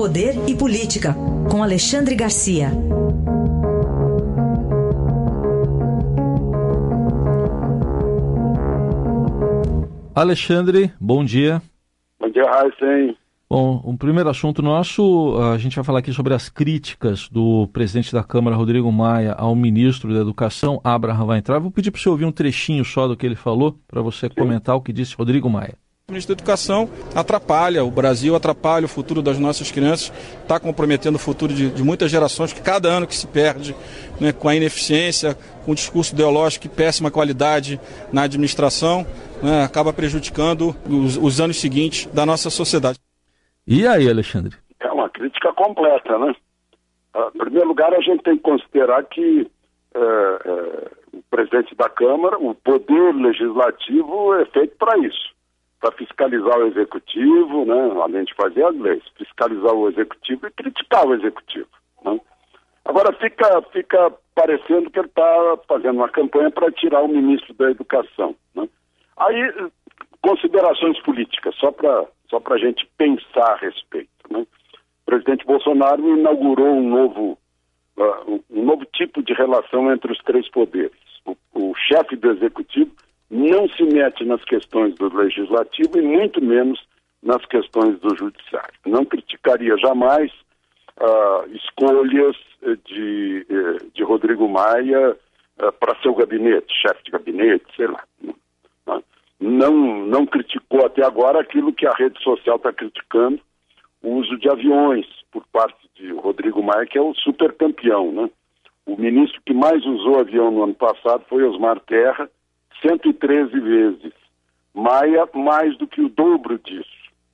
Poder e Política, com Alexandre Garcia. Alexandre, bom dia. Bom dia, Raíssen. Bom, o primeiro assunto nosso, a gente vai falar aqui sobre as críticas do presidente da Câmara, Rodrigo Maia, ao ministro da Educação, Abraham Weintraub. Vou pedir para você ouvir um trechinho só do que ele falou, para você comentar o que disse Rodrigo Maia. O ministro da Educação atrapalha o Brasil, atrapalha o futuro das nossas crianças, está comprometendo o futuro de muitas gerações, que cada ano que se perde, né, com a ineficiência, com o discurso ideológico e péssima qualidade na administração, né, acaba prejudicando os anos seguintes da nossa sociedade. E aí, Alexandre? É uma crítica completa, né? Em primeiro lugar, a gente tem que considerar que o presidente da Câmara, o poder legislativo é feito para isso. Para fiscalizar o executivo, né, além de fazer as leis, fiscalizar o executivo e criticar o executivo. Né? Agora fica parecendo que ele está fazendo uma campanha para tirar o ministro da Educação. Né? Aí, considerações políticas, só para a gente pensar a respeito. Né? O presidente Bolsonaro inaugurou um novo tipo de relação entre os três poderes. O chefe do executivo não se mete nas questões do legislativo e muito menos nas questões do judiciário. Não criticaria jamais escolhas de Rodrigo Maia para seu gabinete, chefe de gabinete, sei lá. Não criticou até agora aquilo que a rede social está criticando, o uso de aviões por parte de Rodrigo Maia, que é o supercampeão, né? O ministro que mais usou avião no ano passado foi Osmar Terra, 113 vezes. Maia, mais do que o dobro disso.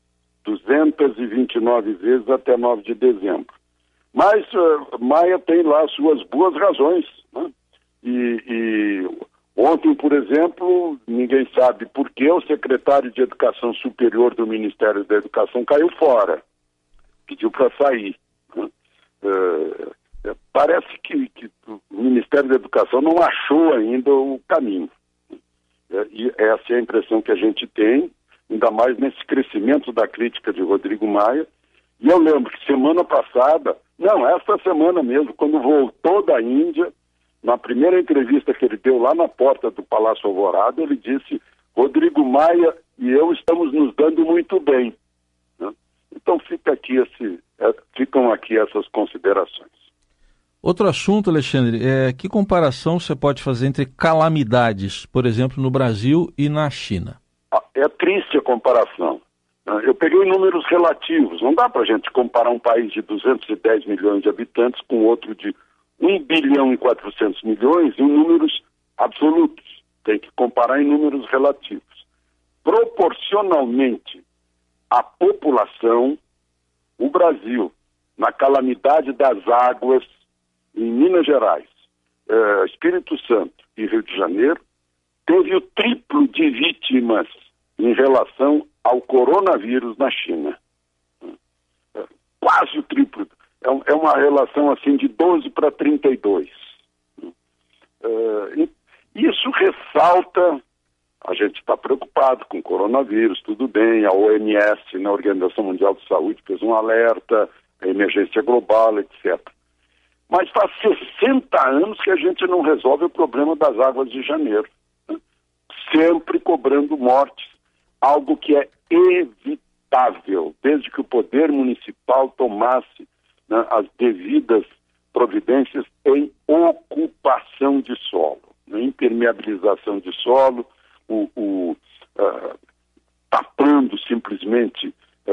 229 vezes até 9 de dezembro. Mas Maia tem lá suas boas razões. Né? E ontem, por exemplo, ninguém sabe por que o secretário de Educação Superior do Ministério da Educação caiu fora. Pediu para sair. Né? Parece que o Ministério da Educação não achou ainda o caminho. E essa é a impressão que a gente tem, ainda mais nesse crescimento da crítica de Rodrigo Maia. E eu lembro que semana passada, essa semana mesmo, quando voltou da Índia, na primeira entrevista que ele deu lá na porta do Palácio Alvorada, ele disse: Rodrigo Maia e eu estamos nos dando muito bem. Né? Então ficam aqui essas considerações. Outro assunto, Alexandre, que comparação você pode fazer entre calamidades, por exemplo, no Brasil e na China? É triste a comparação. Eu peguei números relativos. Não dá para a gente comparar um país de 210 milhões de habitantes com outro de 1 bilhão e 400 milhões em números absolutos. Tem que comparar em números relativos. Proporcionalmente à população, o Brasil, na calamidade das águas, em Minas Gerais, Espírito Santo e Rio de Janeiro, teve o triplo de vítimas em relação ao coronavírus na China. Quase o triplo. É uma relação assim de 12 para 32. Isso ressalta, a gente está preocupado com o coronavírus, tudo bem, a OMS, na Organização Mundial de Saúde, fez um alerta, a emergência global, etc. Mas faz 60 anos que a gente não resolve o problema das águas de janeiro. Né? Sempre cobrando mortes, algo que é evitável, desde que o poder municipal tomasse, né, as devidas providências em ocupação de solo, né, impermeabilização de solo, tapando simplesmente,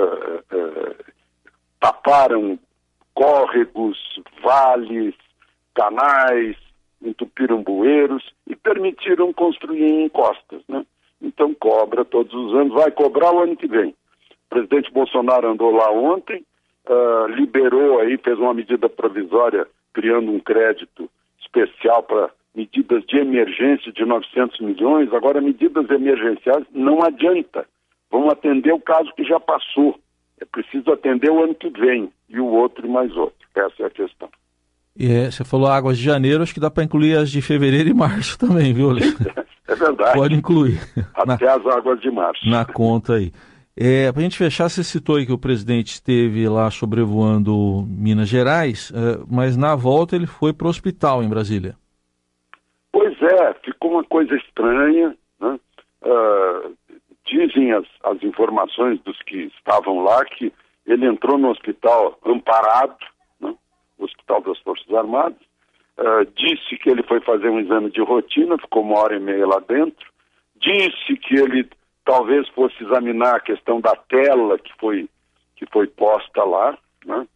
taparam córregos, vales, canais, entupiram bueiros e permitiram construir em encostas, né? Então cobra todos os anos, vai cobrar o ano que vem. O presidente Bolsonaro andou lá ontem, liberou aí, fez uma medida provisória criando um crédito especial para medidas de emergência de 900 milhões, agora medidas emergenciais não adianta, vão atender o caso que já passou. É preciso atender o ano que vem, e o outro e mais outro. Essa é a questão. Você falou águas de janeiro, acho que dá para incluir as de fevereiro e março também, viu, Alexandre? É verdade. Pode incluir. Até as águas de março. Na conta aí. Para a gente fechar, você citou aí que o presidente esteve lá sobrevoando Minas Gerais, mas na volta ele foi para o hospital em Brasília. Pois é, ficou uma coisa estranha, né? Dizem as informações dos que estavam lá que ele entrou no hospital amparado, né? O Hospital das Forças Armadas, disse que ele foi fazer um exame de rotina, ficou 1h30 lá dentro, disse que ele talvez fosse examinar a questão da tela que foi posta lá, né?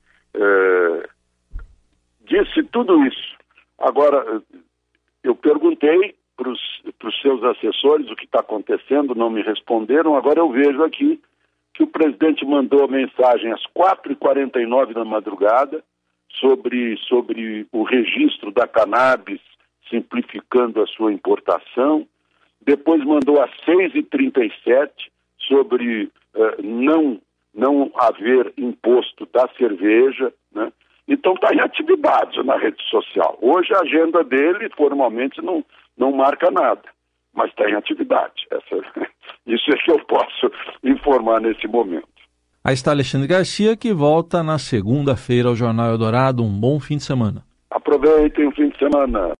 Disse tudo isso. Agora, eu perguntei para os seus assessores o que está acontecendo, não me responderam. Agora eu vejo aqui que o presidente mandou a mensagem às 4h49 da madrugada sobre o registro da cannabis, simplificando a sua importação. Depois mandou às 6h37 sobre não haver imposto da cerveja, né? Então está em atividade na rede social. Hoje a agenda dele formalmente não marca nada, mas está em atividade. Isso é que eu posso informar nesse momento. Aí está Alexandre Garcia, que volta na segunda-feira ao Jornal Eldorado. Um bom fim de semana. Aproveitem o fim de semana.